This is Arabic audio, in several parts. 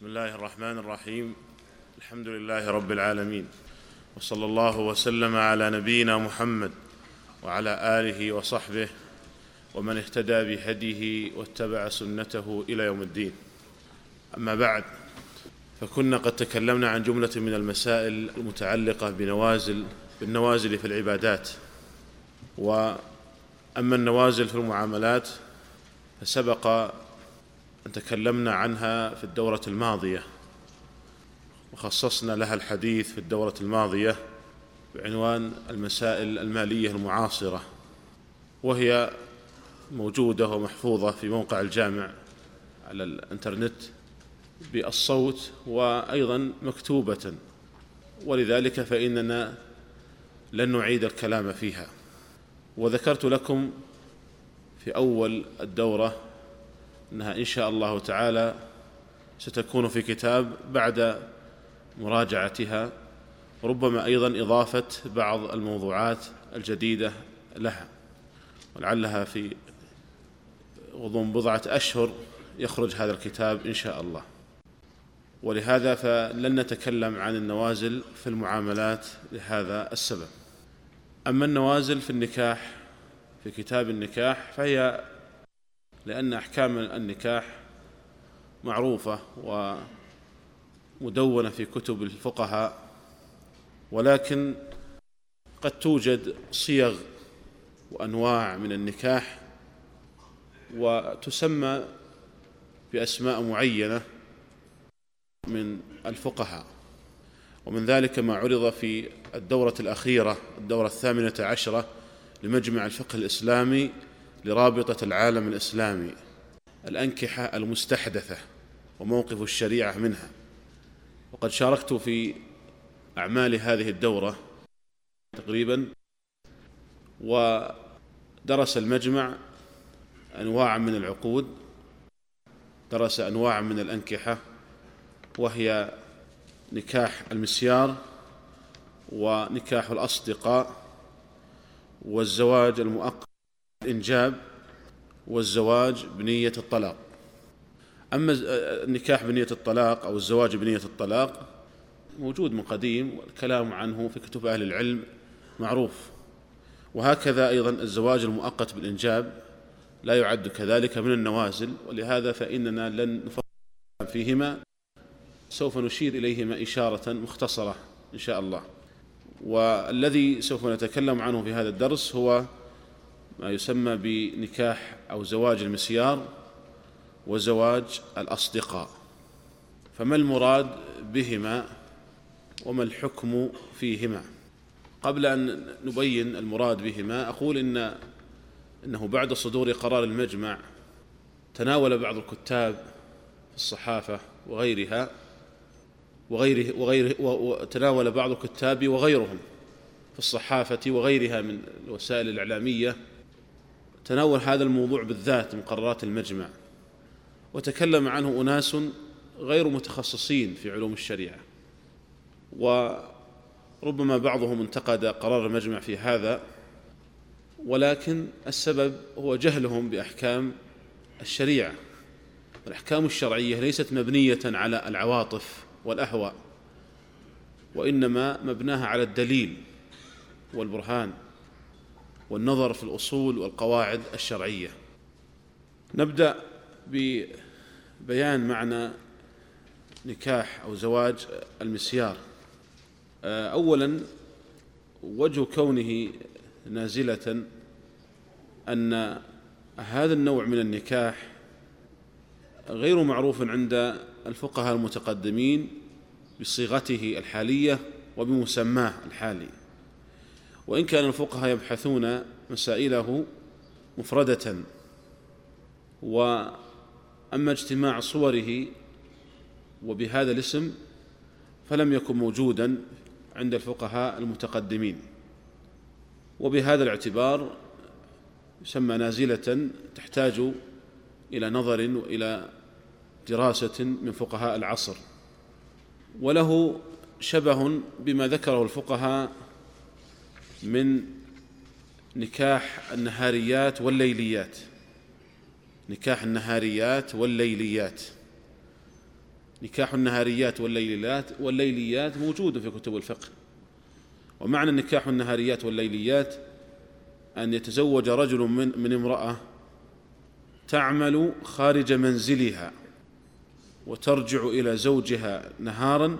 بسم الله الرحمن الرحيم. الحمد لله رب العالمين، وصلى الله وسلم على نبينا محمد وعلى آله وصحبه ومن اهتدى بهديه واتبع سنته إلى يوم الدين. أما بعد، فكنا قد تكلمنا عن جملة من المسائل المتعلقة بالنوازل في العبادات. وأما النوازل في المعاملات فسبق أن تكلمنا عنها في الدورة الماضية، وخصصنا لها الحديث في الدورة الماضية بعنوان المسائل المالية المعاصرة، وهي موجودة ومحفوظة في موقع الجامع على الإنترنت بالصوت وأيضا مكتوبة، ولذلك فإننا لن نعيد الكلام فيها. وذكرت لكم في أول الدورة أنها إن شاء الله تعالى ستكون في كتاب بعد مراجعتها، ربما أيضا إضافة بعض الموضوعات الجديدة لها، ولعلها في غضون بضعة أشهر يخرج هذا الكتاب إن شاء الله. ولهذا فلن نتكلم عن النوازل في المعاملات لهذا السبب. أما النوازل في النكاح في كتاب النكاح فهي لأن أحكام النكاح معروفة ومدونة في كتب الفقهاء، ولكن قد توجد صيغ وأنواع من النكاح وتسمى بأسماء معينة من الفقهاء، ومن ذلك ما عرض في الدورة الأخيرة، الدورة 18 لمجمع الفقه الإسلامي لرابطة العالم الإسلامي، الأنكحة المستحدثة وموقف الشريعة منها. وقد شاركت في أعمال هذه الدورة تقريبا، ودرس المجمع أنواع من العقود، درس أنواع من الأنكحة، وهي نكاح المسيار ونكاح الأصدقاء والزواج المؤقت الإنجاب والزواج بنية الطلاق. أما النكاح بنية الطلاق أو الزواج بنية الطلاق موجود من قديم، والكلام عنه في كتب أهل العلم معروف. وهكذا أيضا الزواج المؤقت بالإنجاب لا يعد كذلك من النوازل، ولهذا فإننا لن نفصل فيهما، سوف نشير إليهما إشارة مختصرة إن شاء الله. والذي سوف نتكلم عنه في هذا الدرس هو ما يسمى بنكاح أو زواج المسيار وزواج الأصدقاء. فما المراد بهما وما الحكم فيهما؟ قبل أن نبين المراد بهما أقول إنه بعد صدور قرار المجمع تناول بعض الكتاب في الصحافة وتناول بعض الكتاب وغيرهم في الصحافة وغيرها من الوسائل الإعلامية تناول هذا الموضوع بالذات من قرارات المجمع، وتكلم عنه أناس غير متخصصين في علوم الشريعة، وربما بعضهم انتقد قرار المجمع في هذا، ولكن السبب هو جهلهم بأحكام الشريعة. الأحكام الشرعية ليست مبنية على العواطف والأهواء، وإنما مبناها على الدليل والبرهان والنظر في الأصول والقواعد الشرعية. نبدأ ببيان معنى نكاح أو زواج المسيار. أولا، وجه كونه نازلة أن هذا النوع من النكاح غير معروف عند الفقهاء المتقدمين بصيغته الحالية وبمسماه الحالي، وإن كان الفقهاء يبحثون مسائله مفردة، وأما اجتماع صوره وبهذا الاسم فلم يكن موجودا عند الفقهاء المتقدمين، وبهذا الاعتبار يسمى نازلة تحتاج إلى نظر وإلى دراسة من فقهاء العصر، وله شبه بما ذكره الفقهاء من نكاح النهاريات والليليات. نكاح النهاريات والليليات، نكاح النهاريات والليليات موجود في كتب الفقه. ومعنى نكاح النهاريات والليليات أن يتزوج رجل من امرأة تعمل خارج منزلها وترجع إلى زوجها نهارا.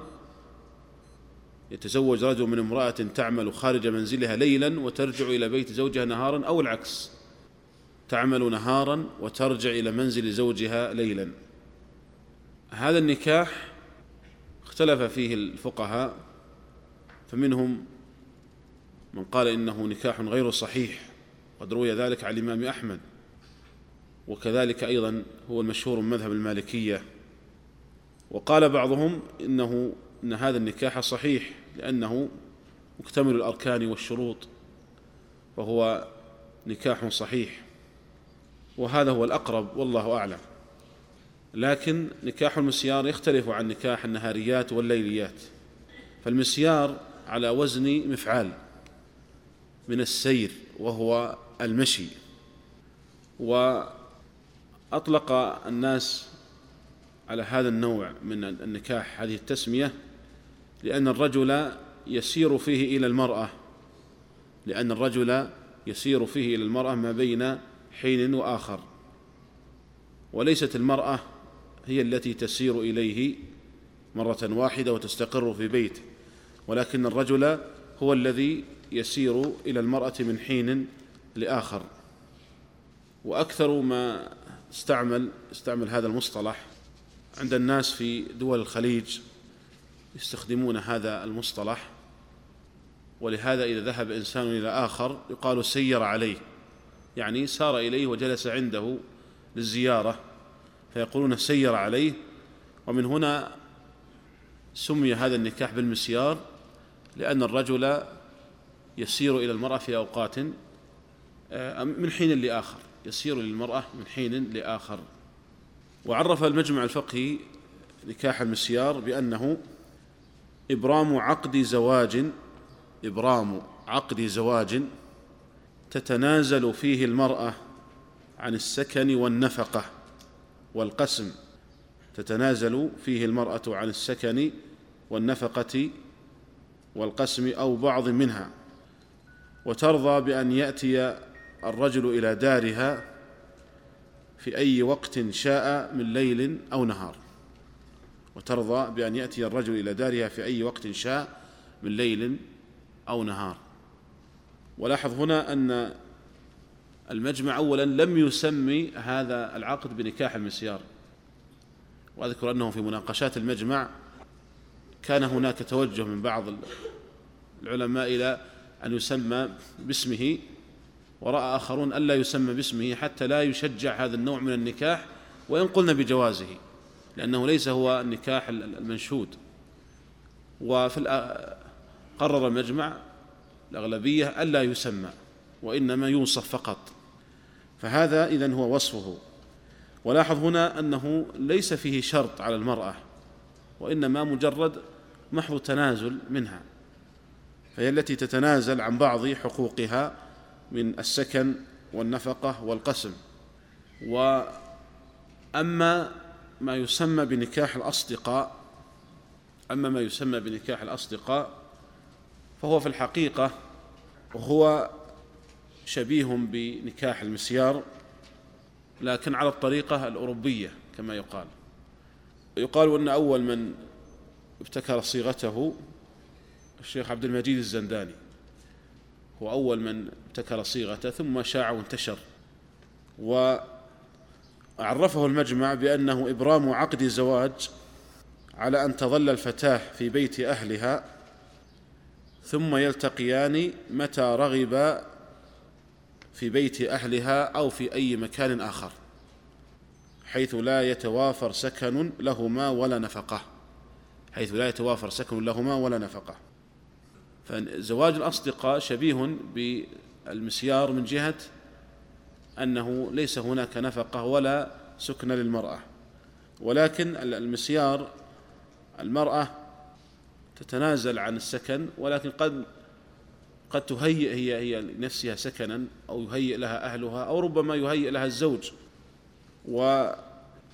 يتزوج رجل من امرأة تعمل خارج منزلها ليلا وترجع إلى بيت زوجها نهارا، أو العكس، تعمل نهارا وترجع إلى منزل زوجها ليلا. هذا النكاح اختلف فيه الفقهاء، فمنهم من قال إنه نكاح غير صحيح، قد روي ذلك عن الإمام أحمد، وكذلك أيضا هو المشهور من مذهب المالكية. وقال بعضهم إن هذا النكاح صحيح لأنه مكتمل الأركان والشروط، فهو نكاح صحيح، وهذا هو الأقرب والله أعلم. لكن نكاح المسيار يختلف عن نكاح النهاريات والليليات. فالمسيار على وزن مفعال من السير وهو المشي، وأطلق الناس على هذا النوع من النكاح هذه التسمية لأن الرجل يسير فيه إلى المرأة ما بين حين وآخر، وليست المرأة هي التي تسير إليه مرة واحدة وتستقر في بيته، ولكن الرجل هو الذي يسير إلى المرأة من حين لآخر. وأكثر ما استعمل هذا المصطلح عند الناس في دول الخليج، يستخدمون هذا المصطلح، ولهذا إذا ذهب إنسان إلى آخر يقال سير عليه، يعني سار إليه وجلس عنده للزيارة، فيقولون سير عليه. ومن هنا سمي هذا النكاح بالمسيار، لأن الرجل يسير إلى المرأة في أوقات من حين لآخر، يسير للمرأة من حين لآخر. وعرف المجمع الفقهي نكاح المسيار بأنه إبرام عقد زواج تتنازل فيه المرأة عن السكن والنفقة والقسم، تتنازل فيه المرأة عن السكن والنفقة والقسم أو بعض منها، وترضى بأن يأتي الرجل إلى دارها في أي وقت شاء من ليل أو نهار، ولاحظ هنا أن المجمع أولا لم يسمي هذا العقد بنكاح المسيار. وأذكر أنه في مناقشات المجمع كان هناك توجه من بعض العلماء إلى أن يسمى باسمه، ورأى آخرون ألا يسمى باسمه حتى لا يشجع هذا النوع من النكاح، وإن قلنا بجوازه، لأنه ليس هو النكاح المنشود. قرر المجمع الأغلبية ألا يسمى، وإنما يوصف فقط، فهذا إذن هو وصفه. ولاحظ هنا أنه ليس فيه شرط على المرأة، وإنما مجرد محض تنازل منها، فهي التي تتنازل عن بعض حقوقها من السكن والنفقة والقسم. وأما ما يسمى بنكاح الأصدقاء فهو في الحقيقة هو شبيه بنكاح المسيار، لكن على الطريقة الأوروبية كما يقال أن أول من ابتكر صيغته الشيخ عبد المجيد الزنداني، هو أول من ابتكر صيغته، ثم شاع وانتشر. وعرفه المجمع بأنه إبرام عقد زواج على أن تظل الفتاة في بيت أهلها ثم يلتقيان متى رغب في بيت أهلها أو في أي مكان آخر، حيث لا يتوافر سكن لهما ولا نفقة. فزواج الأصدقاء شبيه بالمسيار من جهة أنه ليس هناك نفقة ولا سكن للمرأة، ولكن المسيار المرأة تتنازل عن السكن، ولكن قد تهيئ هي لنفسها سكنا، أو يهيئ لها أهلها، أو ربما يهيئ لها الزوج.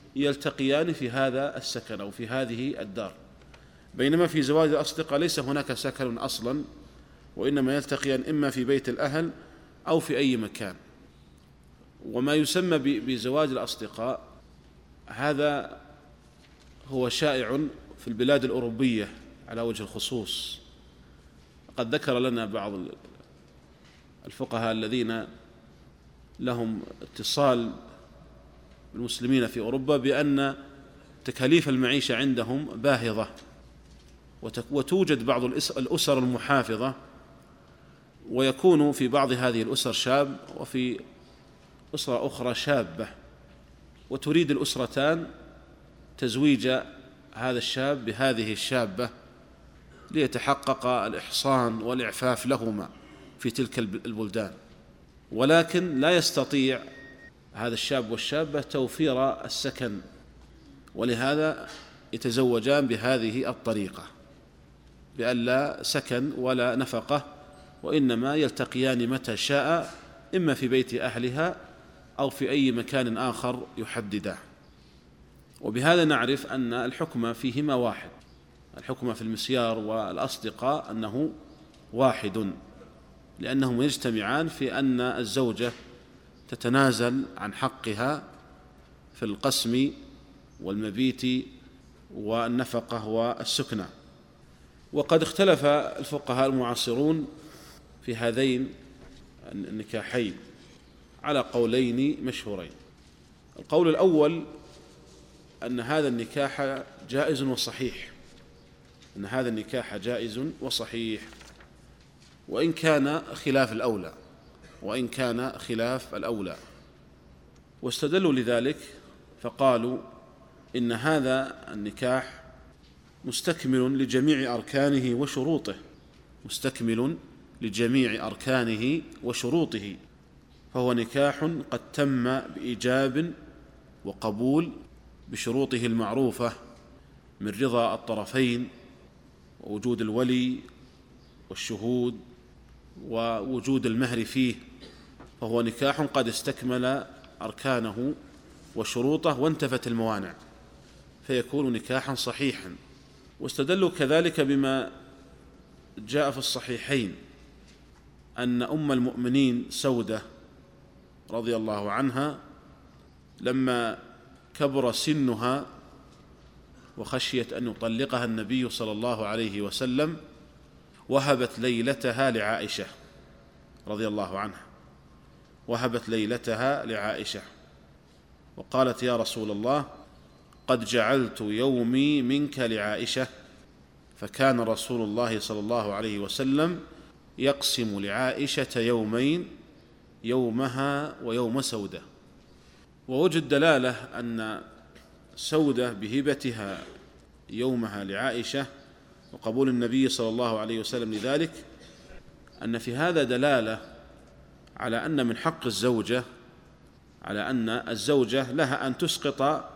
يلتقيان في هذا السكن أو في هذه الدار، بينما في زواج الأصدقاء ليس هناك سكن أصلا، وإنما يلتقيان إما في بيت الأهل أو في أي مكان. وما يسمى بزواج الأصدقاء هذا هو شائع في البلاد الأوروبية على وجه الخصوص. قد ذكر لنا بعض الفقهاء الذين لهم اتصال بالمسلمين في أوروبا بأن تكاليف المعيشة عندهم باهظة، وتوجد بعض الأسر المحافظة، ويكون في بعض هذه الأسر شاب وفي أسرة أخرى شابة، وتريد الأسرتان تزويج هذا الشاب بهذه الشابة ليتحقق الإحصان والإعفاف لهما في تلك البلدان، ولكن لا يستطيع هذا الشاب والشابة توفير السكن، ولهذا يتزوجان بهذه الطريقة، بأن لا سكن ولا نفقة، وإنما يلتقيان متى شاء، إما في بيت أهلها أو في أي مكان آخر يحدده. وبهذا نعرف أن الحكم فيهما واحد، الحكم في المسيار والأصدقاء أنه واحد، لأنهم يجتمعان في أن الزوجة تتنازل عن حقها في القسم والمبيت والنفقة والسكنى. وقد اختلف الفقهاء المعاصرون في هذين النكاحين على قولين مشهورين. القول الأول أن هذا النكاح جائز وصحيح، أن هذا النكاح جائز وصحيح، وإن كان خلاف الأولى، واستدلوا لذلك فقالوا إن هذا النكاح مستكمل لجميع أركانه وشروطه، فهو نكاح قد تم بإيجاب وقبول بشروطه المعروفة من رضا الطرفين ووجود الولي والشهود ووجود المهر فيه، فهو نكاح قد استكمل أركانه وشروطه وانتفت الموانع، فيكون نكاحا صحيحا. واستدلوا كذلك بما جاء في الصحيحين أن أم المؤمنين سودة رضي الله عنها لما كبر سنها وخشيت أن يطلقها النبي صلى الله عليه وسلم وهبت ليلتها لعائشة رضي الله عنها، وقالت: يا رسول الله، قد جعلت يومي منك لعائشة. فكان رسول الله صلى الله عليه وسلم يقسم لعائشة يومين، يومها ويوم سودة. ووجد دلالة أن سودة بهبتها يومها لعائشة وقبول النبي صلى الله عليه وسلم لذلك، أن في هذا دلالة على أن من حق الزوجة، على أن الزوجة لها أن تسقط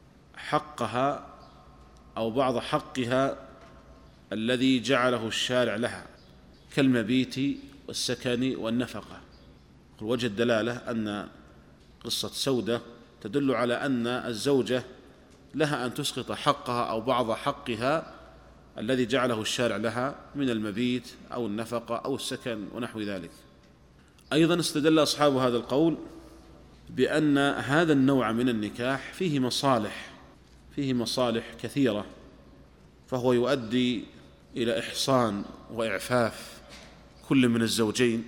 حقها أو بعض حقها الذي جعله الشارع لها كالمبيت والسكن والنفقة. وجه الدلالة أن قصة سودة تدل على أن الزوجة لها أن تسقط حقها أو بعض حقها الذي جعله الشارع لها من المبيت أو النفقة أو السكن ونحو ذلك. أيضا استدل أصحاب هذا القول بأن هذا النوع من النكاح فيه مصالح كثيرة، فهو يؤدي إلى إحصان وإعفاف كل من الزوجين،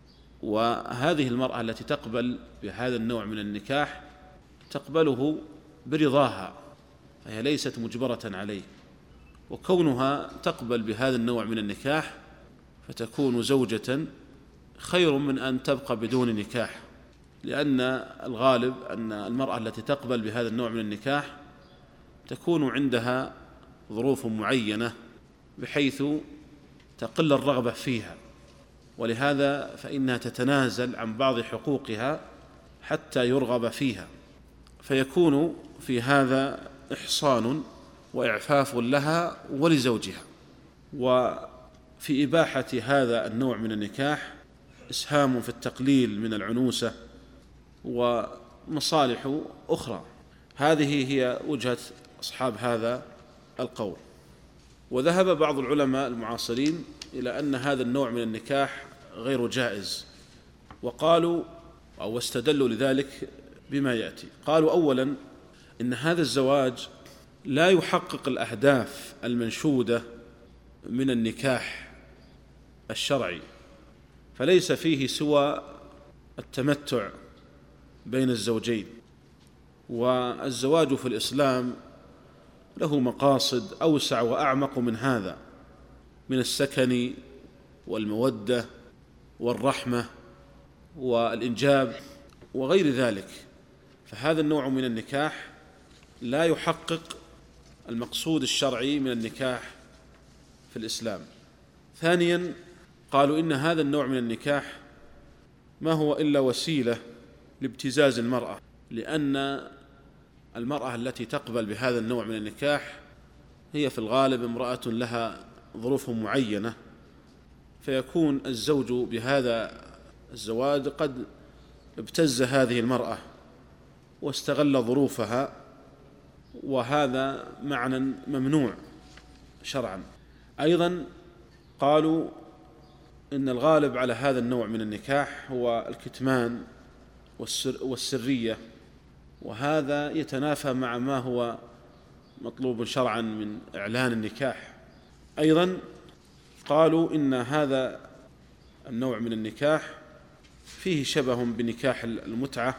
وهذه المرأة التي تقبل بهذا النوع من النكاح تقبله برضاها، فهي ليست مجبرة عليه، وكونها تقبل بهذا النوع من النكاح فتكون زوجة خير من أن تبقى بدون نكاح، لأن الغالب أن المرأة التي تقبل بهذا النوع من النكاح تكون عندها ظروف معينة بحيث تقل الرغبة فيها، ولهذا فإنها تتنازل عن بعض حقوقها حتى يرغب فيها، فيكون في هذا إحصان وإعفاف لها ولزوجها. وفي إباحة هذا النوع من النكاح إسهام في التقليل من العنوسة ومصالح أخرى. هذه هي وجهة أصحاب هذا القول. وذهب بعض العلماء المعاصرين إلى أن هذا النوع من النكاح غير جائز، وقالوا أو استدلوا لذلك بما يأتي. قالوا أولا إن هذا الزواج لا يحقق الأهداف المنشودة من النكاح الشرعي، فليس فيه سوى التمتع بين الزوجين. والزواج في الإسلام له مقاصد أوسع وأعمق من هذا، من السكن والمودة والرحمة والإنجاب وغير ذلك. فهذا النوع من النكاح لا يحقق المقصود الشرعي من النكاح في الإسلام. ثانيا قالوا إن هذا النوع من النكاح ما هو إلا وسيلة لابتزاز المرأة، لأن المرأة التي تقبل بهذا النوع من النكاح هي في الغالب امرأة لها ظروف معينة، فيكون الزوج بهذا الزواج قد ابتز هذه المرأة واستغل ظروفها، وهذا معنى ممنوع شرعا. أيضا قالوا إن الغالب على هذا النوع من النكاح هو الكتمان والسرية، وهذا يتنافى مع ما هو مطلوب شرعا من إعلان النكاح. أيضا قالوا إن هذا النوع من النكاح فيه شبه بنكاح المتعة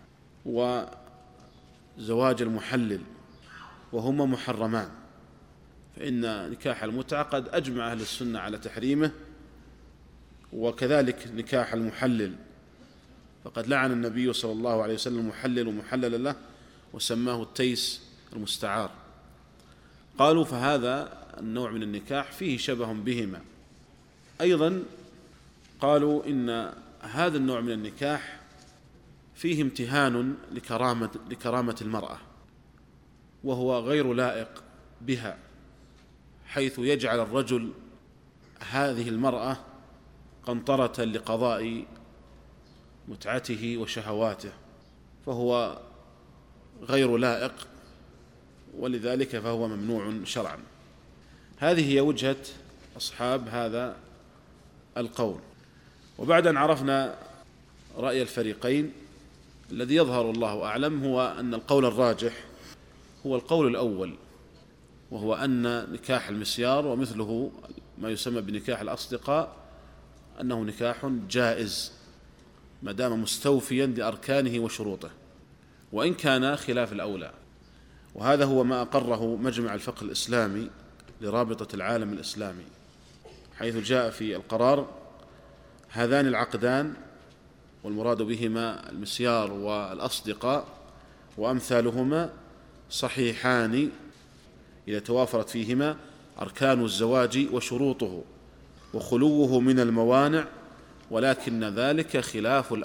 وزواج المحلل، وهما محرمان، فإن نكاح المتعة قد أجمع أهل السنة على تحريمه، وكذلك نكاح المحلل، فقد لعن النبي صلى الله عليه وسلم المحلل ومحلل له وسماه التيس المستعار. قالوا فهذا النوع من النكاح فيه شبه بهما. أيضا قالوا إن هذا النوع من النكاح فيه امتهان لكرامة المرأة، وهو غير لائق بها، حيث يجعل الرجل هذه المرأة قنطرة لقضاء متعته وشهواته، فهو غير لائق، ولذلك فهو ممنوع شرعا. هذه هي وجهة أصحاب هذا القول. وبعد أن عرفنا رأي الفريقين، الذي يظهر الله أعلم هو أن القول الراجح هو القول الأول، وهو أن نكاح المسيار ومثله ما يسمى بنكاح الأصدقاء أنه نكاح جائز ما دام مستوفيا لأركانه وشروطه، وإن كان خلاف الأولى. وهذا هو ما أقره مجمع الفقه الإسلامي لرابطة العالم الإسلامي، حيث جاء في القرار: هذان العقدان، والمراد بهما المسيار والأصدقاء وأمثالهما، صحيحان إذا توافرت فيهما أركان الزواج وشروطه وخلوه من الموانع، ولكن ذلك خلاف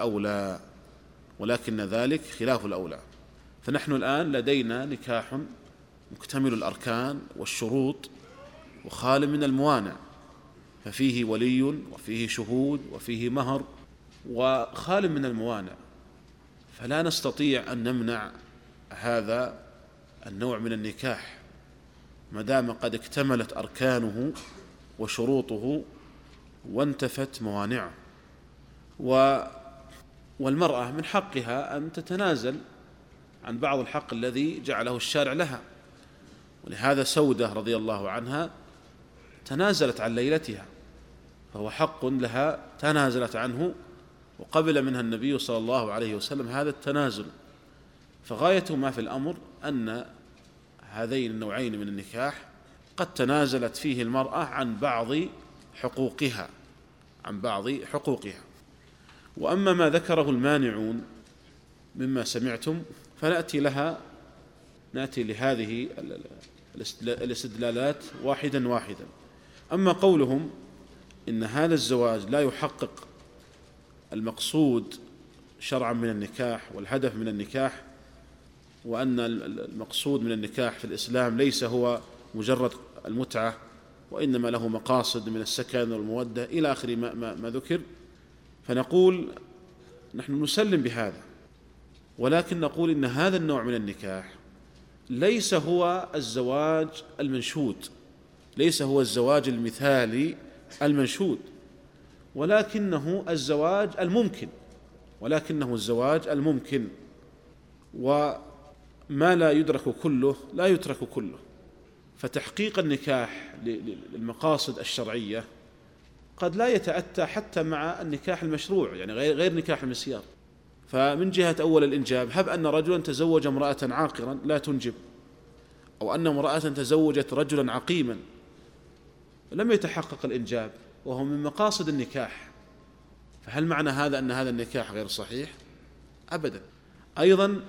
الأولى. فنحن الآن لدينا نكاح مكتمل الأركان والشروط وخال من الموانع، ففيه ولي وفيه شهود وفيه مهر وخال من الموانع، فلا نستطيع أن نمنع هذا النوع من النكاح ما دام قد اكتملت أركانه وشروطه وانتفت موانعه. والمرأة من حقها أن تتنازل عن بعض الحق الذي جعله الشارع لها، ولهذا سودة رضي الله عنها تنازلت عن ليلتها، فهو حق لها تنازلت عنه، وقبل منها النبي صلى الله عليه وسلم هذا التنازل. فغاية ما في الأمر أن هذين النوعين من النكاح قد تنازلت فيه المرأة عن بعض حقوقها. وأما ما ذكره المانعون مما سمعتم فنأتي لهذه الاستدلالات واحدا. أما قولهم إن هذا الزواج لا يحقق المقصود شرعا من النكاح والهدف من النكاح، وأن المقصود من النكاح في الإسلام ليس هو مجرد المتعة، وإنما له مقاصد من السكن والمودة إلى آخر ما ذكر، فنقول نحن نسلم بهذا، ولكن نقول إن هذا النوع من النكاح ليس هو الزواج المنشود، ليس هو الزواج المثالي المنشود، ولكنه الزواج الممكن، ولكنه الزواج الممكن. وما لا يدرك كله لا يترك كله، فتحقيق النكاح للمقاصد الشرعية قد لا يتأتى حتى مع النكاح المشروع، يعني غير نكاح المسيار. فمن جهة أول الإنجاب، هب أن رجلا تزوج امرأة عاقرا لا تنجب، أو أن امرأة تزوجت رجلا عقيما لم يتحقق الإنجاب وهو من مقاصد النكاح، فهل معنى هذا أن هذا النكاح غير صحيح؟ أبدا. أيضا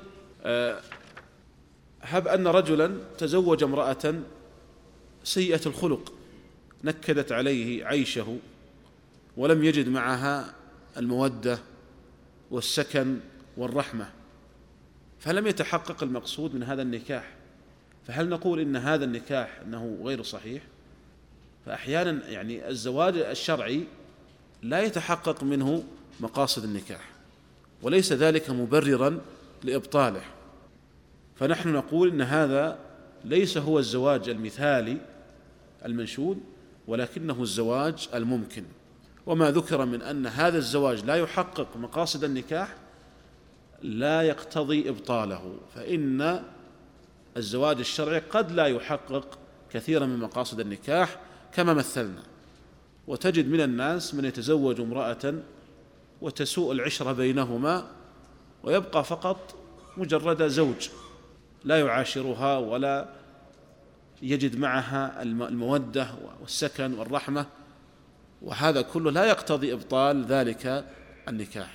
هب أن رجلا تزوج امرأة سيئة الخلق نكدت عليه عيشه ولم يجد معها المودة والسكن والرحمة، فلم يتحقق المقصود من هذا النكاح، فهل نقول إن هذا النكاح أنه غير صحيح؟ فأحيانا يعني الزواج الشرعي لا يتحقق منه مقاصد النكاح، وليس ذلك مبررا لإبطاله، فنحن نقول إن هذا ليس هو الزواج المثالي المنشود، ولكنه الزواج الممكن. وما ذكر من أن هذا الزواج لا يحقق مقاصد النكاح لا يقتضي إبطاله، فإن الزواج الشرعي قد لا يحقق كثيرا من مقاصد النكاح كما مثلنا. وتجد من الناس من يتزوج امرأة وتسوء العشرة بينهما ويبقى فقط مجرد زوج، لا يعاشرها ولا يجد معها المودة والسكن والرحمة، وهذا كله لا يقتضي إبطال ذلك النكاح.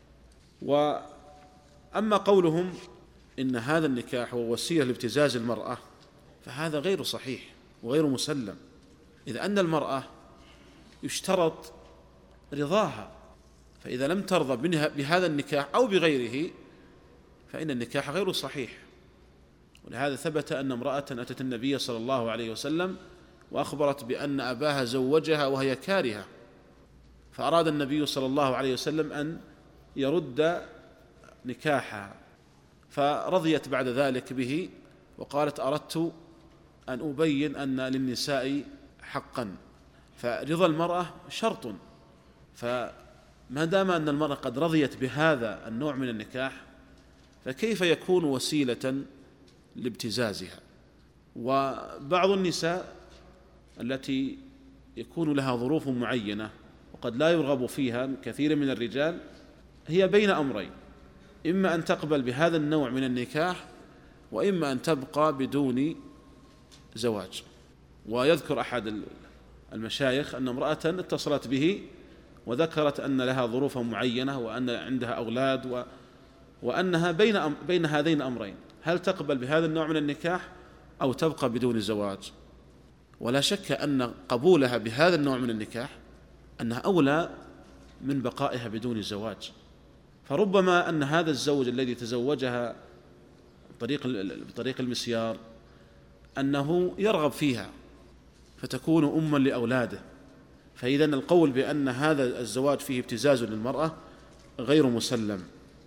وأما قولهم إن هذا النكاح هو وسيلة لابتزاز المرأة فهذا غير صحيح وغير مسلم، إذ أن المرأة يشترط رضاها، فإذا لم ترضى بهذا النكاح أو بغيره فإن النكاح غير صحيح. ولهذا ثبت أن امرأة أتت النبي صلى الله عليه وسلم وأخبرت بأن أباها زوجها وهي كارهة، فأراد النبي صلى الله عليه وسلم أن يرد نكاحها، فرضيت بعد ذلك به وقالت أردت أن أبين أن للنساء حقا، فرضا المرأة شرط، فما دام أن المرأة قد رضيت بهذا النوع من النكاح فكيف يكون وسيلة لابتزازها؟ وبعض النساء التي يكون لها ظروف معينة وقد لا يرغب فيها كثير من الرجال هي بين أمرين، إما أن تقبل بهذا النوع من النكاح وإما أن تبقى بدون زواج. ويذكر أحد المشايخ أن امرأة اتصلت به وذكرت أن لها ظروف معينة وأن عندها أولاد وأنها بين هذين الأمرين، هل تقبل بهذا النوع من النكاح أو تبقى بدون زواج؟ ولا شك أن قبولها بهذا النوع من النكاح أنها أولى من بقائها بدون زواج، فربما أن هذا الزوج الذي تزوجها بطريق المسيار أنه يرغب فيها فتكون أما لأولاده، فإذا القول بأن هذا الزواج فيه ابتزاز للمرأة غير مسلم.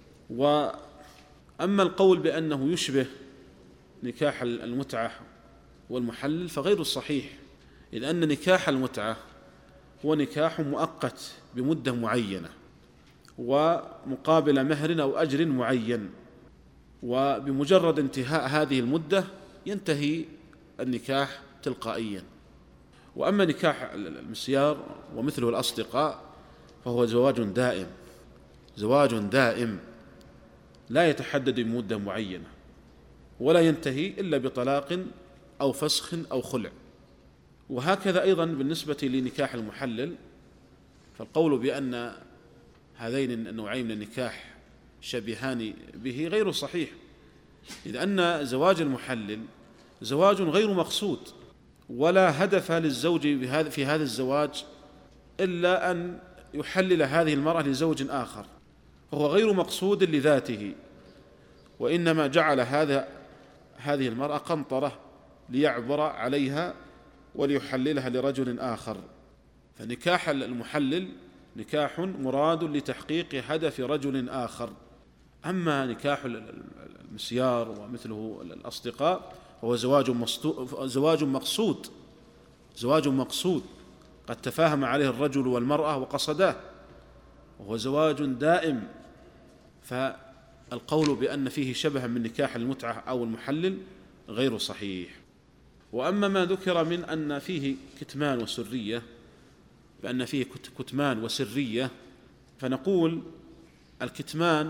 وأما القول بأنه يشبه نكاح المتعة والمحلل فغير صحيح، إذ أن نكاح المتعة هو نكاح مؤقت بمدة معينة ومقابل مهر أو أجر معين، وبمجرد انتهاء هذه المدة ينتهي النكاح تلقائيا. وأما نكاح المسيار ومثله الأصدقاء فهو زواج دائم لا يتحدد بمدة معينة ولا ينتهي إلا بطلاق أو فسخ أو خلع. وهكذا أيضا بالنسبة لنكاح المحلل، فالقول بأن هذين النوعين من النكاح شبيهان به غير صحيح، إذ أن زواج المحلل زواج غير مقصود ولا هدف للزوج في هذا الزواج إلا أن يحلل هذه المرأة لزوج آخر، فهو غير مقصود لذاته، وإنما جعل هذه المرأة قنطرة ليعبر عليها وليحللها لرجل آخر. فنكاح المحلل نكاح مراد لتحقيق هدف رجل آخر. أما نكاح المسيار ومثله الأصدقاء هو زواج مقصود قد تفاهم عليه الرجل والمرأة وقصداه، وهو زواج دائم. فالقول بأن فيه شبها من نكاح المتعة أو المحلل غير صحيح. وأما ما ذكر من أن فيه كتمان وسرية، بأن فيه كتمان وسرية، فنقول الكتمان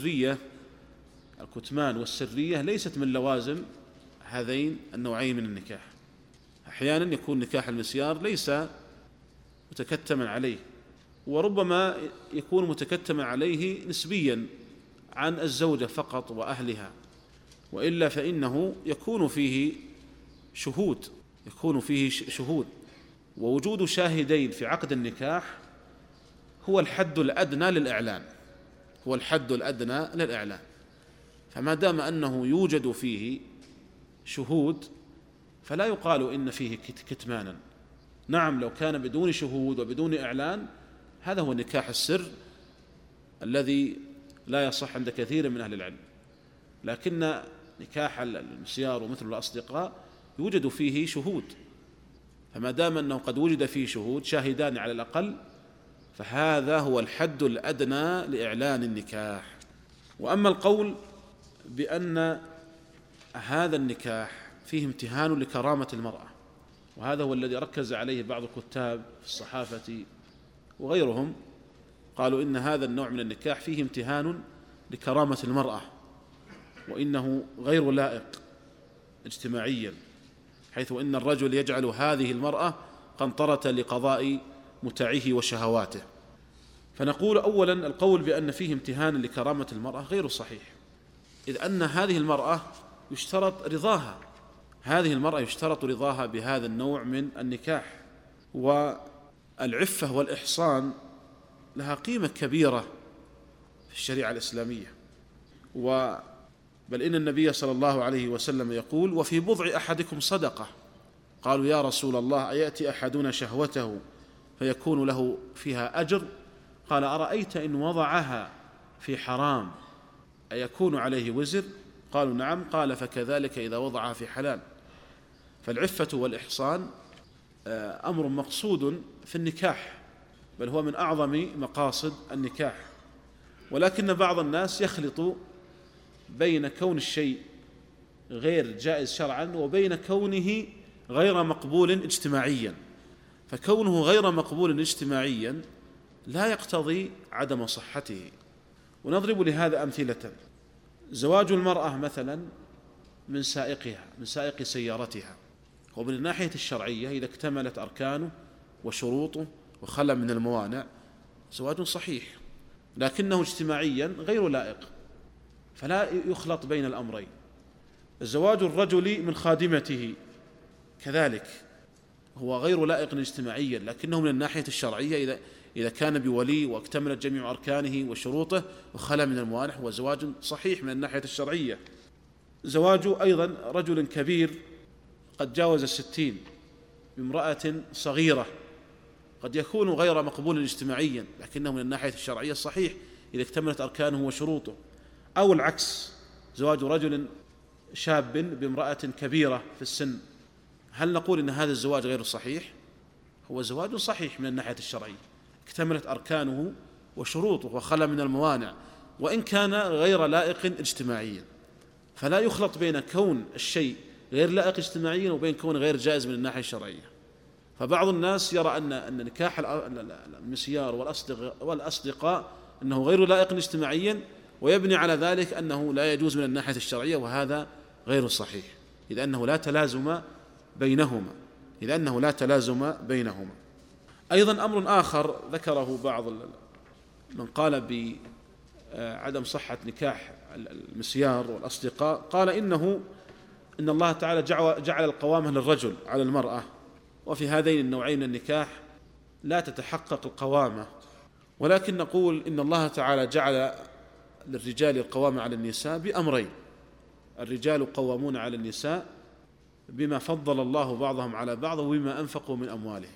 والسرية ليست من لوازم هذين النوعين من النكاح. أحيانا يكون نكاح المسيار ليس متكتما عليه، وربما يكون متكتما عليه نسبيا عن الزوجة فقط وأهلها، وإلا فإنه يكون فيه شهود، ووجود شاهدين في عقد النكاح هو الحد الأدنى للإعلان. فما دام أنه يوجد فيه شهود فلا يقال إن فيه كتمانا. نعم، لو كان بدون شهود وبدون إعلان هذا هو نكاح السر الذي لا يصح عند كثير من أهل العلم، لكن نكاح المسيار ومثل الأصدقاء يوجد فيه شهود، فما دام أنه قد وجد فيه شهود شاهدان على الأقل فهذا هو الحد الأدنى لإعلان النكاح. وأما القول بأن هذا النكاح فيه امتهان لكرامة المرأة، وهذا هو الذي ركز عليه بعض الكتاب في الصحافة وغيرهم، قالوا إن هذا النوع من النكاح فيه امتهان لكرامة المرأة، وإنه غير لائق اجتماعيا، حيث إن الرجل يجعل هذه المرأة قنطرة لقضاء متعه وشهواته. فنقول أولا القول بأن فيه امتهان لكرامة المرأة غير صحيح، إذ أن هذه المرأة يشترط رضاها بهذا النوع من النكاح، والعفة والإحصان لها قيمة كبيرة في الشريعة الإسلامية. بل إن النبي صلى الله عليه وسلم يقول: وفي بضع أحدكم صدقة. قالوا: يا رسول الله، أيأتي أحدنا شهوته فيكون له فيها أجر؟ قال: أرأيت إن وضعها في حرام أيكون عليه وزر؟ قالوا: نعم. قال: فكذلك إذا وضعها في حلال. فالعفة والإحصان أمر مقصود في النكاح، بل هو من أعظم مقاصد النكاح. ولكن بعض الناس يخلط بين كون الشيء غير جائز شرعا وبين كونه غير مقبول اجتماعيا، فكونه غير مقبول اجتماعيا لا يقتضي عدم صحته. ونضرب لهذا أمثلة: زواج المرأة مثلا من سائق سيارتها، ومن الناحية الشرعية إذا اكتملت أركانه وشروطه وخلى من الموانع زواج صحيح، لكنه اجتماعيا غير لائق، فلا يخلط بين الأمرين. زواج الرجل من خادمته كذلك هو غير لائق اجتماعيا، لكنه من الناحية الشرعية إذا كان بولي واكتملت جميع أركانه وشروطه وخلى من الموانع هو زواج صحيح من الناحية الشرعية. زواج أيضا رجل كبير قد جاوز 60 بامرأة صغيرة قد يكون غير مقبول اجتماعيا، لكنه من الناحية الشرعية صحيح إذا اكتملت أركانه وشروطه. أو العكس، زواج رجل شاب بامرأة كبيرة في السن، هل نقول إن هذا الزواج غير صحيح؟ هو زواج صحيح من الناحية الشرعية، اكتملت أركانه وشروطه وخلى من الموانع، وإن كان غير لائق اجتماعيا. فلا يخلط بين كون الشيء غير لائق اجتماعيا وبين كون غير جائز من الناحية الشرعية. فبعض الناس يرى أن نكاح المسيار والأصدقاء أنه غير لائق اجتماعيا، ويبني على ذلك أنه لا يجوز من الناحية الشرعية، وهذا غير صحيح، إذ أنه لا تلازم بينهما. أيضا أمر آخر ذكره بعض من قال بعدم صحة نكاح المسيار والأصدقاء، قال إن الله تعالى جعل القوامة للرجل على المرأة، وفي هذين النوعين من النكاح لا تتحقق القوامة، ولكن نقول إن الله تعالى جعل للرجال القوامة على النساء بأمرين: الرجال قوامون على النساء بما فضل الله بعضهم على بعض وبما أنفقوا من أموالهم.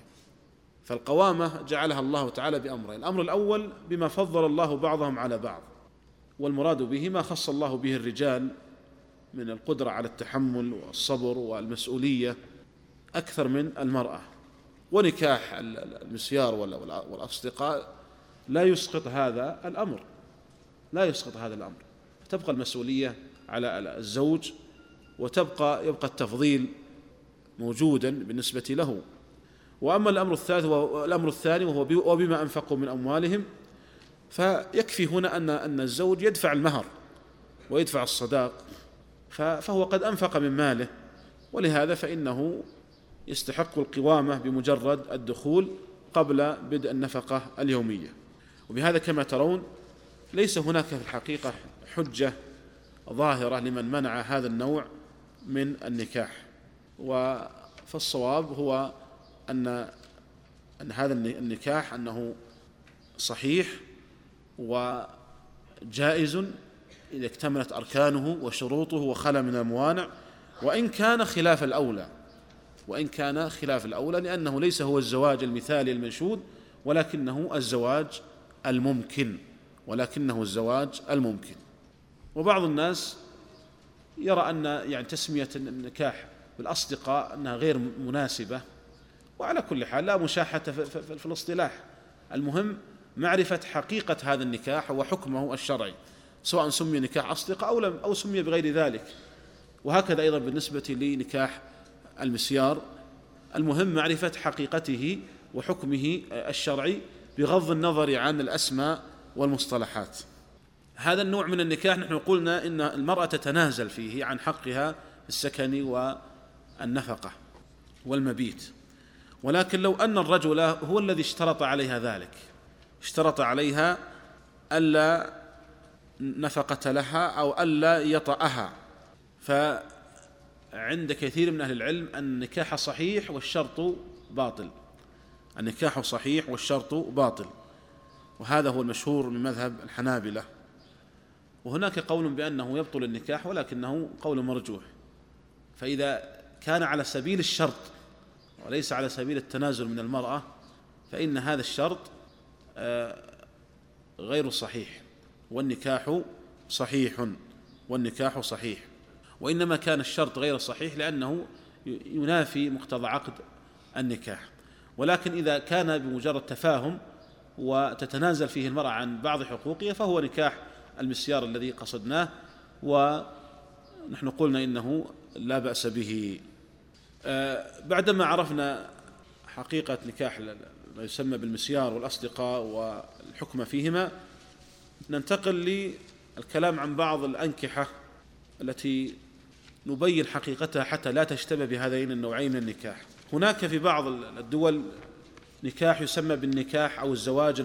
فالقوامة جعلها الله تعالى بأمرين: الأمر الأول بما فضل الله بعضهم على بعض، والمراد به ما خص الله به الرجال من القدرة على التحمل والصبر والمسؤولية أكثر من المرأة. ونكاح المسيار والأصدقاء لا يسقط هذا الأمر، لا يسقط هذا الأمر، تبقى المسؤولية على الزوج، يبقى التفضيل موجودا بالنسبة له. وأما الأمر الثاني وهو وبما أنفقوا من أموالهم، فيكفي هنا أن الزوج يدفع المهر ويدفع الصداق، فهو قد أنفق من ماله، ولهذا فإنه يستحق القوامة بمجرد الدخول قبل بدء النفقة اليومية. وبهذا كما ترون ليس هناك في الحقيقة حجة ظاهرة لمن منع هذا النوع من النكاح، فالصواب هو أن هذا النكاح أنه صحيح وجائز إذا اكتملت أركانه وشروطه وخلا من الموانع، وإن كان خلاف الأولى، لأنه ليس هو الزواج المثالي المنشود، ولكنه الزواج الممكن. وبعض الناس يرى أن تسمية النكاح بالأصدقاء أنها غير مناسبة، وعلى كل حال لا مشاحة في الاصطلاح، المهم معرفة حقيقة هذا النكاح وحكمه الشرعي، سواء سمي نكاح أصدقاء أو سمي بغير ذلك. وهكذا أيضا بالنسبة لنكاح المسيار، المهم معرفة حقيقته وحكمه الشرعي بغض النظر عن الأسماء والمصطلحات. هذا النوع من النكاح نحن قلنا إن المرأة تتنازل فيه عن حقها في السكن والنفقة والمبيت، ولكن لو أن الرجل هو الذي اشترط عليها ذلك، اشترط عليها ألا نفقة لها أو ألا يطأها، فعند كثير من أهل العلم النكاح صحيح والشرط باطل، وهذا هو المشهور من مذهب الحنابلة. وهناك قول بأنه يبطل النكاح ولكنه قول مرجوح، فإذا كان على سبيل الشرط وليس على سبيل التنازل من المرأة فإن هذا الشرط غير صحيح، والنكاح صحيح، وإنما كان الشرط غير صحيح لأنه ينافي مقتضى عقد النكاح. ولكن إذا كان بمجرد تفاهم وتتنازل فيه المرأة عن بعض حقوقها فهو نكاح المسيار الذي قصدناه، ونحن قلنا إنه لا بأس به. بعدما عرفنا حقيقة نكاح ما يسمى بالمسيار والأصدقاء والحكم فيهما، ننتقل للكلام عن بعض الأنكحة التي نبين حقيقتها حتى لا تشتبه بهذين النوعين من النكاح. هناك في بعض الدول نكاح يسمى بالنكاح أو الزواج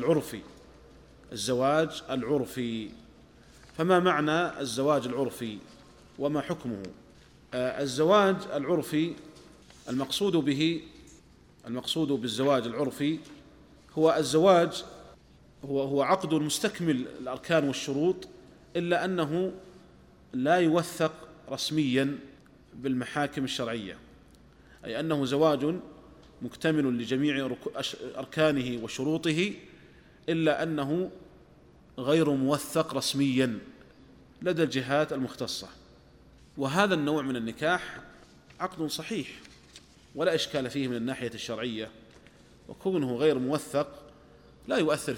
العرفي. فما معنى الزواج العرفي وما حكمه؟ الزواج العرفي المقصود بالزواج العرفي هو الزواج هو عقد مستكمل الأركان والشروط، إلا أنه لا يوثق رسميا بالمحاكم الشرعية، أي أنه زواج مكتمل لجميع أركانه وشروطه، إلا أنه غير موثق رسميا لدى الجهات المختصة. وهذا النوع من النكاح عقد صحيح ولا إشكال فيه من الناحية الشرعية، وكونه غير موثق لا يؤثر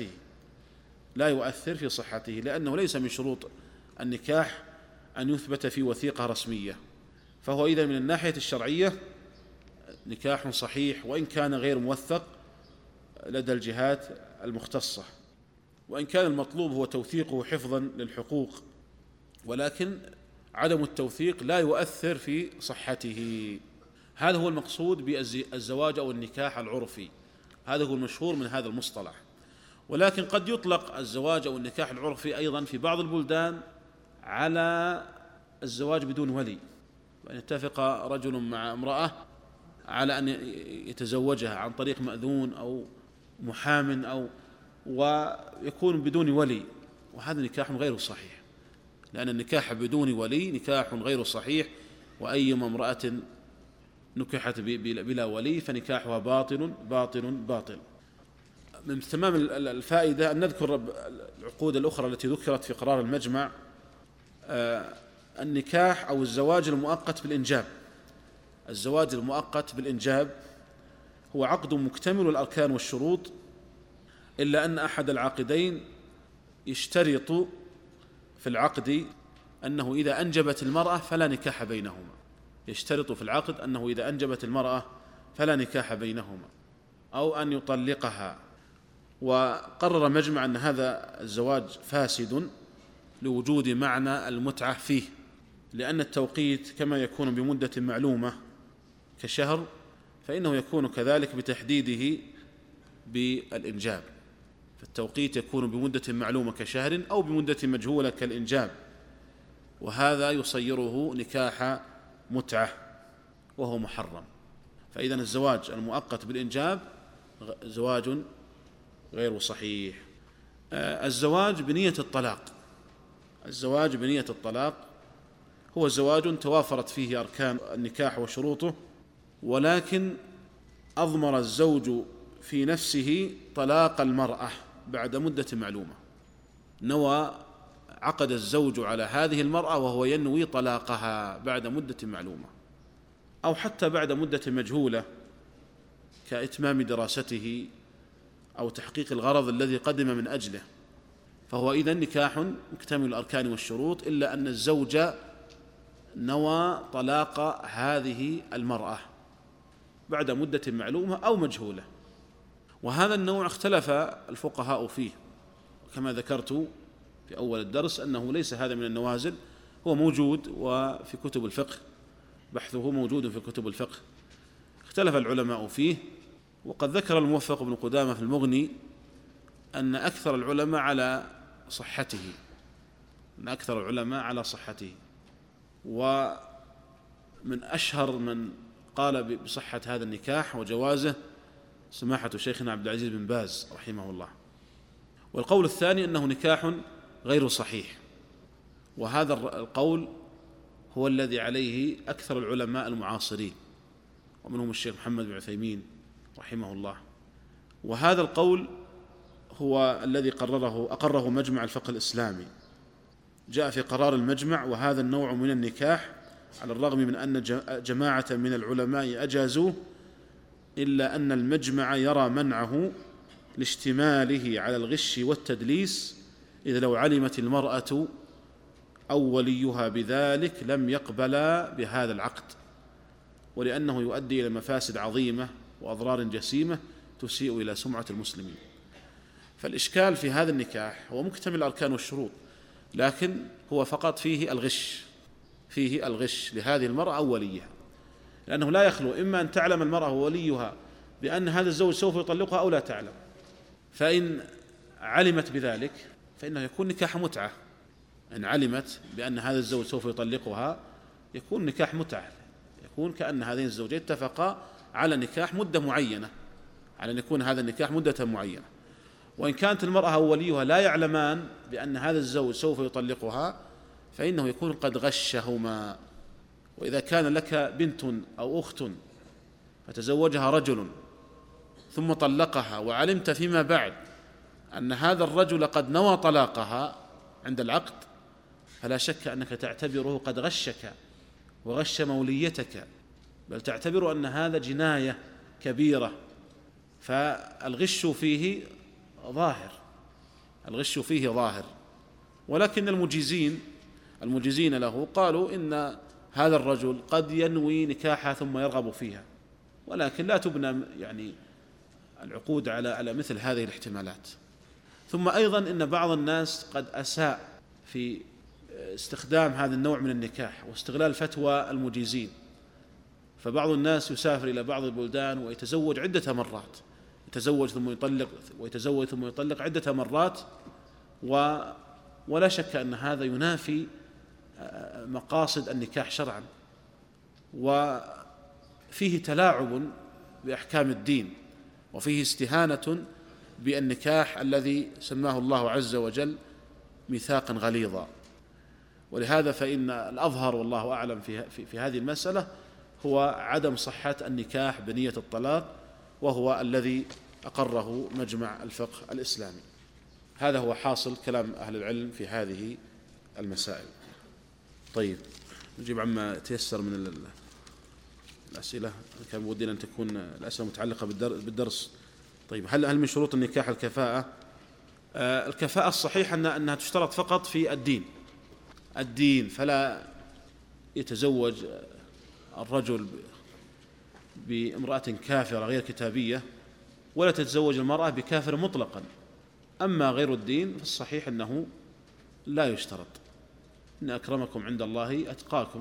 في صحته، لأنه ليس من شروط النكاح أن يثبت في وثيقة رسمية، فهو إذا من الناحية الشرعية نكاح صحيح وإن كان غير موثق لدى الجهات المختصة، وإن كان المطلوب هو توثيقه حفظا للحقوق، ولكن عدم التوثيق لا يؤثر في صحته. هذا هو المقصود بالزواج أو النكاح العرفي، هذا هو المشهور من هذا المصطلح. ولكن قد يطلق الزواج أو النكاح العرفي أيضا في بعض البلدان على الزواج بدون ولي، وأن يتفق رجل مع امرأة على أن يتزوجها عن طريق مأذون أو محام ويكون بدون ولي، وهذا نكاح غير صحيح، لأن النكاح بدون ولي نكاح غير صحيح، وأيما امرأة نكحت بلا ولي فنكاحها باطل. من تمام الفائدة أن نذكر العقود الأخرى التي ذكرت في قرار المجمع. النكاح أو الزواج المؤقت بالإنجاب. الزواج المؤقت بالإنجاب هو عقد مكتمل الأركان والشروط، إلا أن أحد العاقدين يشترط في العقد أنه إذا أنجبت المرأة فلا نكاح بينهما. يشترط في العقد أنه إذا أنجبت المرأة فلا نكاح بينهما، أو أن يطلقها. وقرر مجمع أن هذا الزواج فاسد لوجود معنى المتعة فيه، لأن التوقيت كما يكون بمدة معلومة كشهر فإنه يكون كذلك بتحديده بالإنجاب. فالتوقيت يكون بمدة معلومة كشهر أو بمدة مجهولة كالإنجاب، وهذا يصيره نكاح متعة وهو محرم. فإذا الزواج المؤقت بالإنجاب زواج غير صحيح. الزواج بنية الطلاق. الزواج بنية الطلاق هو زواج توافرت فيه أركان النكاح وشروطه، ولكن أضمر الزوج في نفسه طلاق المرأة بعد مدة معلومة. نوى عقد الزوج على هذه المرأة وهو ينوي طلاقها بعد مدة معلومة، أو حتى بعد مدة مجهولة كإتمام دراسته أو تحقيق الغرض الذي قدم من أجله، فهو إذن نكاح مكتمل الأركان والشروط، إلا أن الزوج نوى طلاق هذه المرأة بعد مدة معلومة أو مجهولة. وهذا النوع اختلف الفقهاء فيه، وكما ذكرت في أول الدرس أنه ليس هذا من النوازل، هو موجود وفي كتب الفقه، بحثه موجود في كتب الفقه. اختلف العلماء فيه، وقد ذكر الموفق بن قدامة في المغني أن أكثر العلماء على صحته، ومن أشهر من قال بصحة هذا النكاح وجوازه سماحة شيخنا عبد العزيز بن باز رحمه الله. والقول الثاني أنه نكاح غير صحيح، وهذا القول هو الذي عليه أكثر العلماء المعاصرين، ومنهم الشيخ محمد بن عثيمين رحمه الله. وهذا القول هو الذي أقره مجمع الفقه الإسلامي. جاء في قرار المجمع: وهذا النوع من النكاح على الرغم من أن جماعة من العلماء أجازوه، إلا أن المجمع يرى منعه لاشتماله على الغش والتدليس، إذا لو علمت المرأة أو وليها بذلك لم يقبل بهذا العقد، ولأنه يؤدي إلى مفاسد عظيمة وأضرار جسيمة تسيء إلى سمعة المسلمين. فالإشكال في هذا النكاح هو مكتمل الأركان والشروط، لكن هو فقط فيه الغش لهذه المرأة أو وليها، لأنه لا يخلو إما أن تعلم المرأة ووليها بأن هذا الزوج سوف يطلقها أو لا تعلم. فإن علمت بذلك فإنه يكون نكاح متعة. إن علمت بأن هذا الزوج سوف يطلقها يكون نكاح متعة، يكون كأن هذين الزوجين اتفقا على نكاح مدة معينة، على أن يكون هذا النكاح مدة معينة. وإن كانت المرأة أو وليها لا يعلمان بأن هذا الزوج سوف يطلقها فإنه يكون قد غشهما. وإذا كان لك بنت أو أخت فتزوجها رجل ثم طلقها، وعلمت فيما بعد أن هذا الرجل قد نوى طلاقها عند العقد، فلا شك أنك تعتبره قد غشك وغش موليتك، بل تعتبر أن هذا جناية كبيرة. فالغش فيه ظاهر. ولكن المجيزين له قالوا إن هذا الرجل قد ينوي نكاحها ثم يرغب فيها، ولكن لا تبنى العقود على مثل هذه الاحتمالات. ثم أيضا إن بعض الناس قد أساء في استخدام هذا النوع من النكاح واستغلال فتوى المجيزين. فبعض الناس يسافر إلى بعض البلدان ويتزوج عدة مرات، يتزوج ثم يطلق ويتزوج ثم يطلق عدة مرات، ولا شك أن هذا ينافي مقاصد النكاح شرعا، وفيه تلاعب بأحكام الدين، وفيه استهانة بالنكاح الذي سماه الله عز وجل ميثاقا غليظا. ولهذا فإن الأظهر والله أعلم في هذه المسألة هو عدم صحة النكاح بنية الطلاق، وهو الذي أقره مجمع الفقه الإسلامي. هذا هو حاصل كلام أهل العلم في هذه المسائل. طيب، نجيب عما تيسر من الأسئلة. كان ودنا أن تكون الأسئلة متعلقة بالدرس. طيب، هل من شروط النكاح الكفاءة؟ الكفاءة الصحيح أنها تشترط فقط في الدين، فلا يتزوج الرجل بامرأة كافرة غير كتابية، ولا تتزوج المرأة بكافر مطلقا. أما غير الدين فالصحيح أنه لا يشترط. إن أكرمكم عند الله أتقاكم.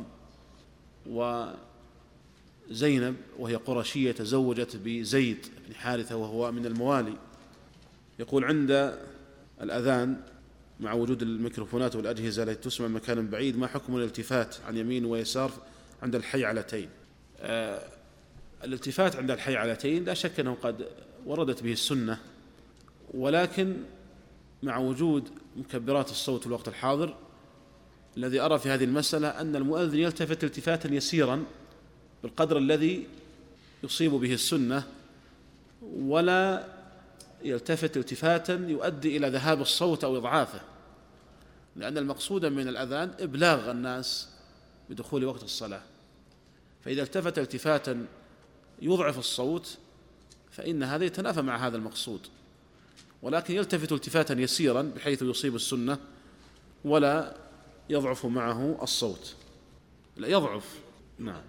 وزينب وهي قرشية تزوجت بزيد بن حارثة وهو من الموالي. يقول عند الأذان مع وجود الميكروفونات والأجهزة التي تسمع من مكان بعيد ما حكم الالتفات عن يمين ويسار عند الحيعلتين؟ الالتفات عند الحيعلتين لا شك أنه قد وردت به السنة، ولكن مع وجود مكبرات الصوت في الوقت الحاضر الذي أرى في هذه المسألة أن المؤذن يلتفت التفاتا يسيرا بالقدر الذي يصيب به السنة، ولا يلتفت التفاتا يؤدي إلى ذهاب الصوت أو إضعافه، لأن المقصود من الأذان إبلاغ الناس بدخول وقت الصلاة. فإذا التفت التفاتا يضعف الصوت فإن هذا يتنافى مع هذا المقصود، ولكن يلتفت التفاتا يسيرا بحيث يصيب السنة ولا يضعف معه الصوت، لا يضعف. نعم.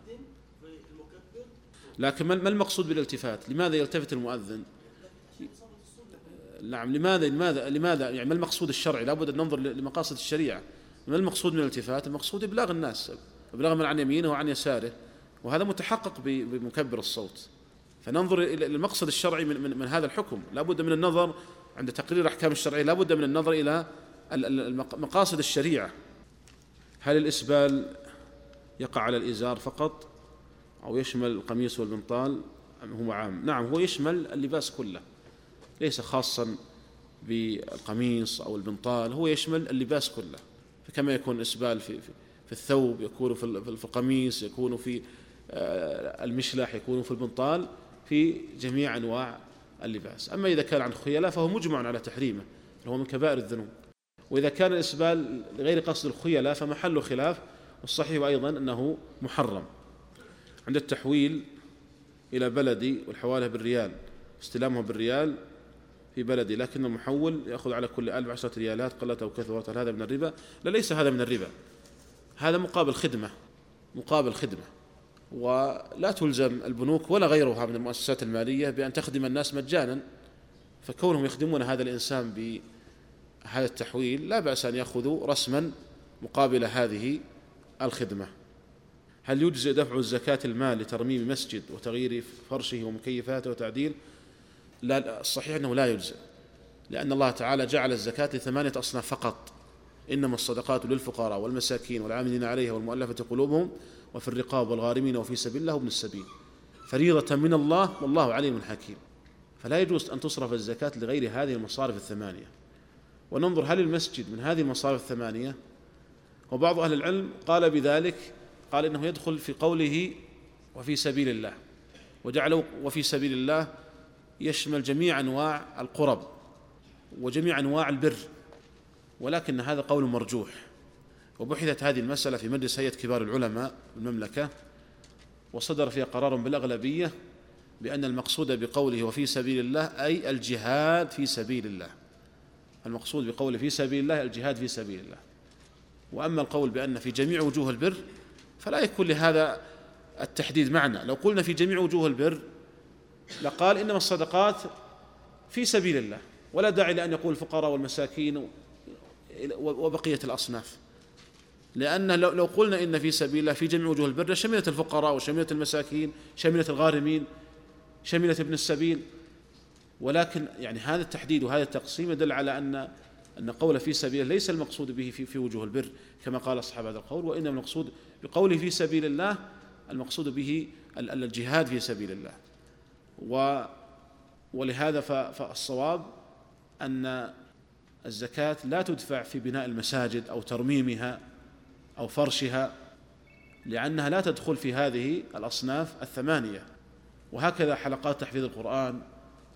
لكن ما المقصود بالالتفات؟ لماذا يلتفت المؤذن؟ نعم، لماذا يعني ما المقصود الشرعي؟ لابد أن ننظر لمقاصد الشريعة. ما المقصود من الالتفات؟ المقصود إبلاغ الناس، إبلاغ من عن يمينه وعن يساره، وهذا متحقق بمكبر الصوت. فننظر إلى المقصد الشرعي من هذا الحكم. لابد من النظر عند تقرير أحكام الشرعية، لابد من النظر إلى مقاصد الشريعة. هل الإسبال يقع على الإزار فقط أو يشمل القميص والبنطال أم هو عام؟ نعم، هو يشمل اللباس كله، ليس خاصا بالقميص أو البنطال، هو يشمل اللباس كله. فكما يكون الإسبال في الثوب، يكون في القميص، يكون في المشلح، يكون في البنطال، في جميع أنواع اللباس. أما إذا كان عن خيلاء فهو مجمع على تحريمه، فهو من كبائر الذنوب. وإذا كان الإسبال لغير قصد الخيلاء فمحل خلاف، والصحيح أيضا أنه محرم. عند التحويل إلى بلدي والحوالة بالريال، استلامه بالريال في بلدي، لكن المحول يأخذ على كل 1000 10 ريالات قلت أو كثرت، هل هذا من الربا؟ لا، ليس هذا من الربا، هذا مقابل خدمة. ولا تلزم البنوك ولا غيرها من المؤسسات المالية بأن تخدم الناس مجانا، فكونهم يخدمون هذا الإنسان بهذا التحويل لا بأس أن يأخذوا رسما مقابل هذه الخدمة. هل يجزئ دفع الزكاة المال لترميم مسجد وتغيير فرشه ومكيفاته وتعديل؟ لا، الصحيح أنه لا يجزئ، لأن الله تعالى جعل الزكاة ل8 أصناف فقط: إنما الصدقات للفقراء والمساكين والعاملين عليها والمؤلفة قلوبهم وفي الرقاب والغارمين وفي سبيل الله وابن السبيل، فريضة من الله والله عليم حكيم. فلا يجوز أن تصرف الزكاة لغير هذه المصارف 8. وننظر هل المسجد من هذه المصارف 8؟ وبعض أهل العلم قال بذلك، قال إنه يدخل في قوله وفي سبيل الله، وجعلوا وفي سبيل الله يشمل جميع أنواع القرب وجميع أنواع البر، ولكن هذا قول مرجوح. وبحثت هذه المسألة في مجلس هيئة كبار العلماء المملكة، وصدر فيها قرار بالأغلبية بأن المقصود بقوله وفي سبيل الله أي الجهاد في سبيل الله. المقصود بقوله في سبيل الله الجهاد في سبيل الله. وأما القول بأن في جميع وجوه البر فلا يكون لهذا التحديد معنى. لو قلنا في جميع وجوه البر لقال إنما الصدقات في سبيل الله، ولا داعي لأن يقول الفقراء والمساكين وبقية الأصناف، لأن لو قلنا إن في سبيل الله في جميع وجوه البر شملت الفقراء وشملت المساكين، شملت الغارمين، شملت ابن السبيل. ولكن يعني هذا التحديد وهذا التقسيم يدل على أن قول في سبيل الله ليس المقصود به في وجوه البر كما قال أصحاب هذا القول، وإنما المقصود بقوله في سبيل الله المقصود به الجهاد في سبيل الله. ولهذا فالصواب أن الزكاة لا تدفع في بناء المساجد أو ترميمها أو فرشها، لأنها لا تدخل في هذه الأصناف 8. وهكذا حلقات تحفيظ القرآن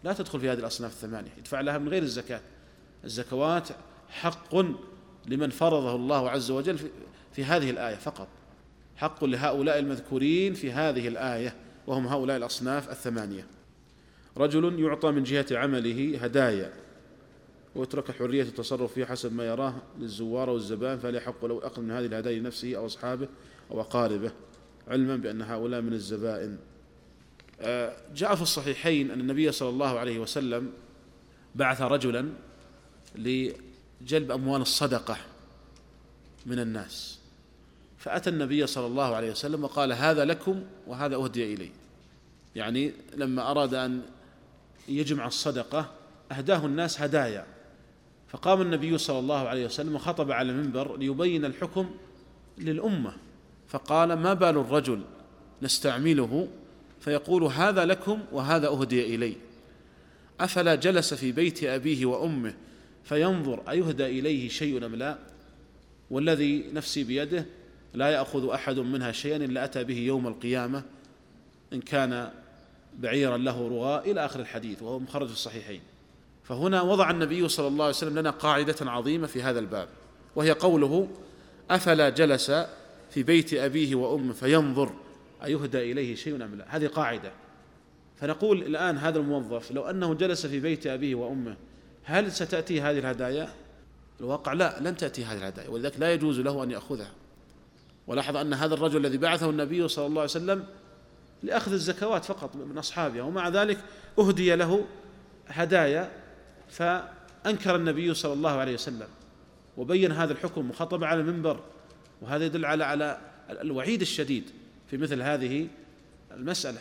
لا تدخل في هذه الأصناف الثمانية، يدفع لها من غير الزكاة. الزكوات حق لمن فرضه الله عز وجل في هذه الآية فقط، حق لهؤلاء المذكورين في هذه الآية، وهم هؤلاء الأصناف الثمانية. رجل يعطى من جهة عمله هدايا ويترك حرية التصرف فيه حسب ما يراه للزوار والزبائن، فهل يحق له أخذ من هذه الهدايا لنفسه أو أصحابه أو أقاربه، علما بأن هؤلاء من الزبائن؟ جاء في الصحيحين أن النبي صلى الله عليه وسلم بعث رجلا لجلب أموال الصدقة من الناس، فأتى النبي صلى الله عليه وسلم وقال هذا لكم وهذا أهدي إلي، يعني لما أراد أن يجمع الصدقة أهداه الناس هدايا. فقام النبي صلى الله عليه وسلم وخطب على المنبر ليبين الحكم للأمة، فقال ما بال الرجل نستعمله فيقول هذا لكم وهذا أهدي إلي، أفلا جلس في بيت أبيه وأمه فينظر أيهدى إليه شيء أم لا، والذي نفسي بيده لا يأخذ أحد منها شيئا إلا أتى به يوم القيامة إن كان بعيرا له رغاء إلى آخر الحديث، وهو مخرج في الصحيحين. فهنا وضع النبي صلى الله عليه وسلم لنا قاعدة عظيمة في هذا الباب، وهي قوله أفلا جلس في بيت أبيه وأمه فينظر أيهدى إليه شيء أم لا. هذه قاعدة. فنقول الآن هذا الموظف لو أنه جلس في بيت أبيه وأمه هل ستأتي هذه الهدايا؟ الواقع لا، لن تأتي هذه الهدايا، ولذلك لا يجوز له أن يأخذها. ولاحظ أن هذا الرجل الذي بعثه النبي صلى الله عليه وسلم لأخذ الزكوات فقط من أصحابه، ومع ذلك أهدي له هدايا، فأنكر النبي صلى الله عليه وسلم وبين هذا الحكم وخطب على المنبر، وهذا يدل على الوعيد الشديد في مثل هذه المسألة.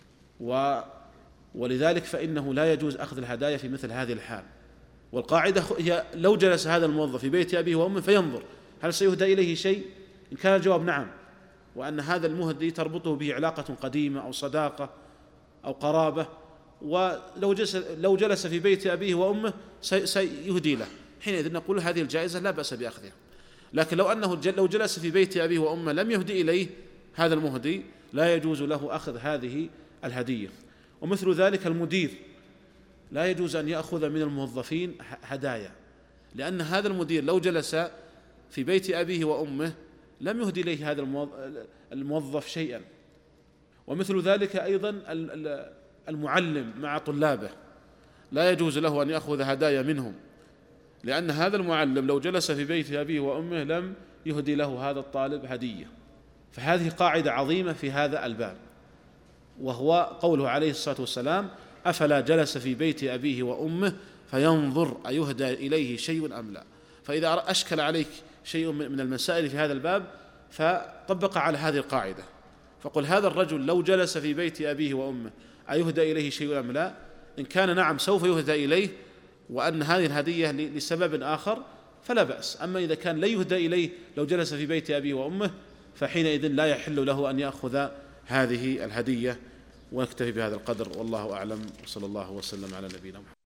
ولذلك فإنه لا يجوز أخذ الهدايا في مثل هذه الحال. والقاعدة هي لو جلس هذا الموظف في بيت أبيه وأمه فينظر هل سيهدى إليه شيء، إن كان الجواب نعم، وأن هذا المهدي تربطه به علاقة قديمة أو صداقة أو قرابة، ولو جلس في بيت أبيه وأمه سيهدي له، حينئذ نقول هذه الجائزة لا بأس بأخذها. لكن لو أنه لو جلس في بيت أبيه وأمه لم يهدي إليه هذا المهدي لا يجوز له أخذ هذه الهدية. ومثل ذلك المدير لا يجوز أن يأخذ من الموظفين هدايا، لأن هذا المدير لو جلس في بيت أبيه وأمه لم يهدي إليه هذا الموظف شيئا. ومثل ذلك أيضا المعلم مع طلابه لا يجوز له أن يأخذ هدايا منهم، لأن هذا المعلم لو جلس في بيت أبيه وأمه لم يهدي له هذا الطالب هدية. فهذه قاعدة عظيمة في هذا الباب، وهو قوله عليه الصلاة والسلام أفلا جلس في بيت أبيه وأمه فينظر أيهدى إليه شيء أم لا. فإذا أشكل عليك شيء من المسائل في هذا الباب فطبق على هذه القاعدة، فقل هذا الرجل لو جلس في بيت أبيه وأمه أيهدى إليه شيء أم لا، إن كان نعم سوف يهدى إليه وأن هذه الهدية لسبب آخر فلا بأس. أما إذا كان لا يهدى إليه لو جلس في بيت أبيه وأمه فحينئذ لا يحل له أن يأخذ هذه الهدية. ونكتفي بهذا القدر، والله أعلم، وصلى الله وسلم على نبينا محمد.